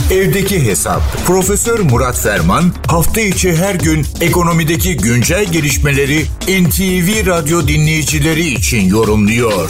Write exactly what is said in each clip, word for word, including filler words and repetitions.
Evdeki Hesap. Profesör Murat Ferman hafta içi her gün ekonomideki güncel gelişmeleri N T V Radyo dinleyicileri için yorumluyor.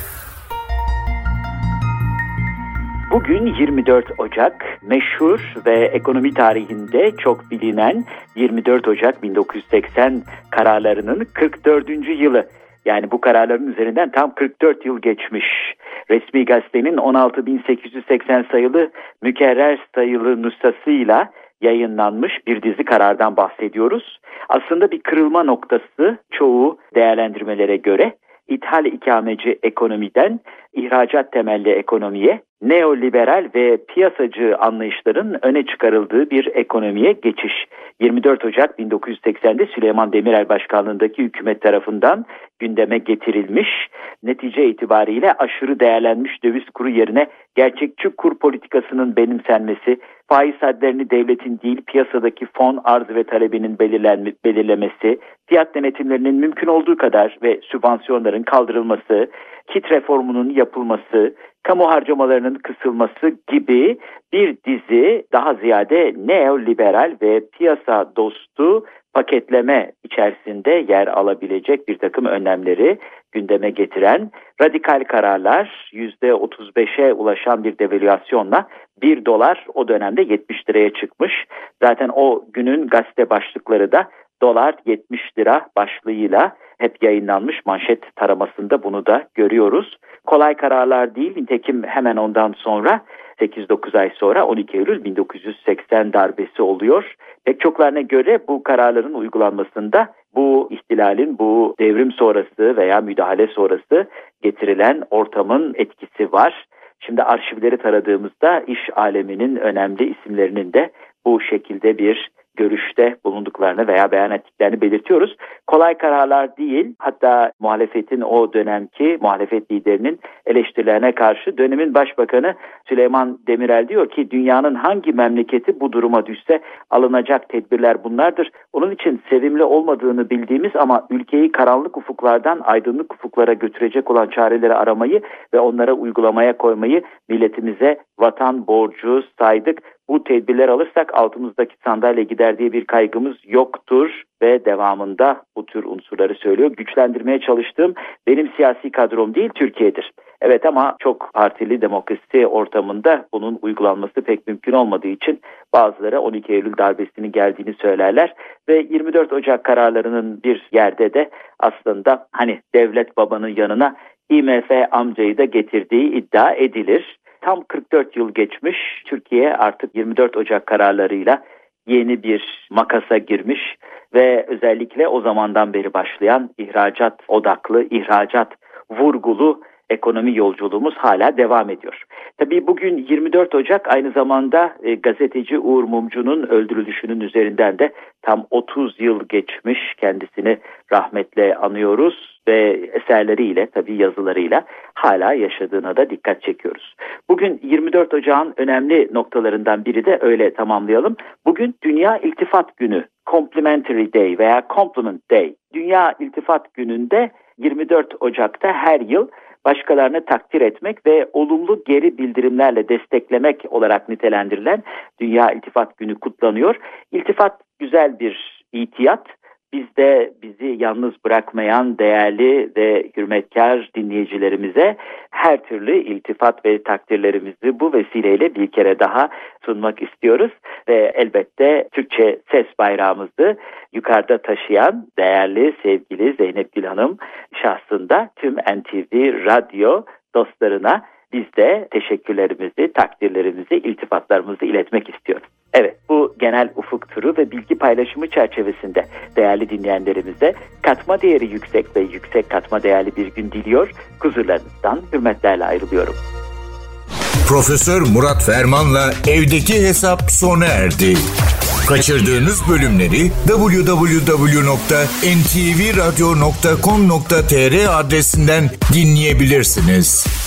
Bugün yirmi dört Ocak, meşhur ve ekonomi tarihinde çok bilinen yirmi dört Ocak bin dokuz yüz seksen kararlarının kırk dördüncü yılı. Yani bu kararların üzerinden tam kırk dört yıl geçmiş. Resmi Gazete'nin on altı bin sekiz yüz seksen sayılı mükerrer sayılı nüshasıyla yayınlanmış bir dizi karardan bahsediyoruz. Aslında bir kırılma noktası çoğu değerlendirmelere göre. İthal ikameci ekonomiden ihracat temelli ekonomiye, neoliberal ve piyasacı anlayışların öne çıkarıldığı bir ekonomiye geçiş. yirmi dört Ocak bin dokuz yüz seksende Süleyman Demirel başkanlığındaki hükümet tarafından gündeme getirilmiş. Netice itibariyle aşırı değerlenmiş döviz kuru yerine gerçekçi kur politikasının benimsenmesi, faiz hadlerini devletin değil piyasadaki fon arzı ve talebinin belirlenme, belirlemesi, fiyat denetimlerinin mümkün olduğu kadar ve sübvansiyonların kaldırılması, kit reformunun yapılması, kamu harcamalarının kısılması gibi bir dizi daha ziyade neoliberal ve piyasa dostu paketleme içerisinde yer alabilecek bir takım önlemleri gündeme getiren radikal kararlar, yüzde otuz beşe ulaşan bir devalüasyonla bir dolar o dönemde yetmiş liraya çıkmış. Zaten o günün gazete başlıkları da dolar yetmiş lira başlığıyla hep yayınlanmış, manşet taramasında bunu da görüyoruz. Kolay kararlar değil, nitekim hemen ondan sonra sekiz dokuz ay sonra on iki Eylül bin dokuz yüz seksen darbesi oluyor. Pek çoklarına göre bu kararların uygulanmasında bu ihtilalin, bu devrim sonrası veya müdahale sonrası getirilen ortamın etkisi var. Şimdi arşivleri taradığımızda iş aleminin önemli isimlerinin de bu şekilde bir görüşte bulunduklarını veya beyan ettiklerini belirtiyoruz. Kolay kararlar değil, hatta muhalefetin o dönemki muhalefet liderinin eleştirilerine karşı dönemin başbakanı Süleyman Demirel diyor ki dünyanın hangi memleketi bu duruma düşse alınacak tedbirler bunlardır. Onun için sevimli olmadığını bildiğimiz ama ülkeyi karanlık ufuklardan aydınlık ufuklara götürecek olan çareleri aramayı ve onlara uygulamaya koymayı milletimize vatan borcu saydık. Bu tedbirler alırsak altımızdaki sandalye gider diye bir kaygımız yoktur ve devamında bu tür unsurları söylüyor. Güçlendirmeye çalıştığım benim siyasi kadrom değil Türkiye'dir. Evet ama çok partili demokrasi ortamında bunun uygulanması pek mümkün olmadığı için bazıları on iki Eylül darbesinin geldiğini söylerler ve yirmi dört Ocak kararlarının bir yerde de aslında hani devlet babanın yanına I M F amcayı da getirdiği iddia edilir. Tam kırk dört yıl geçmiş, Türkiye artık yirmi dört Ocak kararlarıyla yeni bir makasa girmiş ve özellikle o zamandan beri başlayan ihracat odaklı, ihracat vurgulu ekonomi yolculuğumuz hala devam ediyor. Tabii bugün yirmi dört Ocak aynı zamanda e, gazeteci Uğur Mumcu'nun öldürülüşünün üzerinden de tam otuz yıl geçmiş, kendisini rahmetle anıyoruz ve eserleriyle tabii yazılarıyla hala yaşadığına da dikkat çekiyoruz. Bugün yirmi dört Ocak'ın önemli noktalarından biri de öyle tamamlayalım. Bugün Dünya İltifat Günü, Complimentary Day veya Compliment Day. Dünya İltifat Günü'nde yirmi dört Ocak'ta her yıl başkalarını takdir etmek ve olumlu geri bildirimlerle desteklemek olarak nitelendirilen Dünya İltifat Günü kutlanıyor. İltifat güzel bir itiyat. Bizde bizi yalnız bırakmayan değerli ve hürmetkar dinleyicilerimize her türlü iltifat ve takdirlerimizi bu vesileyle bir kere daha sunmak istiyoruz. Ve elbette Türkçe ses bayrağımızı yukarıda taşıyan değerli sevgili Zeynep Gül Hanım şahsında tüm N T V Radyo dostlarına biz de teşekkürlerimizi, takdirlerimizi, iltifatlarımızı iletmek istiyoruz. Evet, bu genel ufuk turu ve bilgi paylaşımı çerçevesinde değerli dinleyenlerimize katma değeri yüksek ve yüksek katma değerli bir gün diliyor. Huzurlarınızdan hürmetlerle ayrılıyorum. Profesör Murat Ferman'la Evdeki Hesap sona erdi. Kaçırdığınız bölümleri double-u double-u double-u nokta en te ve radyo nokta com nokta te er adresinden dinleyebilirsiniz.